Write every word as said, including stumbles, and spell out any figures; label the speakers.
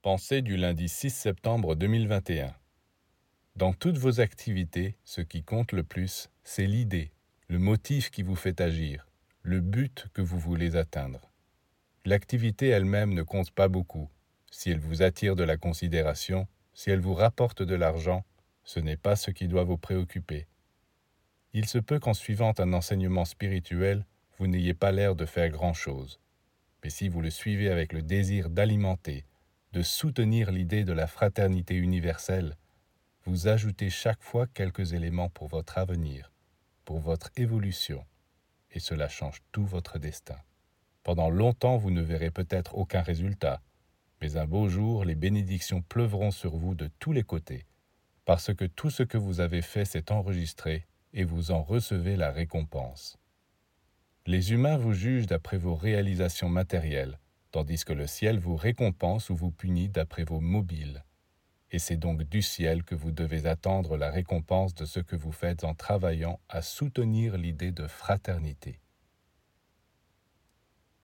Speaker 1: Pensée du lundi six septembre deux mille vingt et un. Dans toutes vos activités, ce qui compte le plus, c'est l'idée, le motif qui vous fait agir, le but que vous voulez atteindre. L'activité elle-même ne compte pas beaucoup. Si elle vous attire de la considération, si elle vous rapporte de l'argent, ce n'est pas ce qui doit vous préoccuper. Il se peut qu'en suivant un enseignement spirituel, vous n'ayez pas l'air de faire grand-chose. Mais si vous le suivez avec le désir d'alimenter, de soutenir l'idée de la fraternité universelle, vous ajoutez chaque fois quelques éléments pour votre avenir, pour votre évolution, et cela change tout votre destin. Pendant longtemps, vous ne verrez peut-être aucun résultat, mais un beau jour, les bénédictions pleuvront sur vous de tous les côtés, parce que tout ce que vous avez fait s'est enregistré et vous en recevez la récompense. Les humains vous jugent d'après vos réalisations matérielles, tandis que le ciel vous récompense ou vous punit d'après vos mobiles. Et c'est donc du ciel que vous devez attendre la récompense de ce que vous faites en travaillant à soutenir l'idée de fraternité.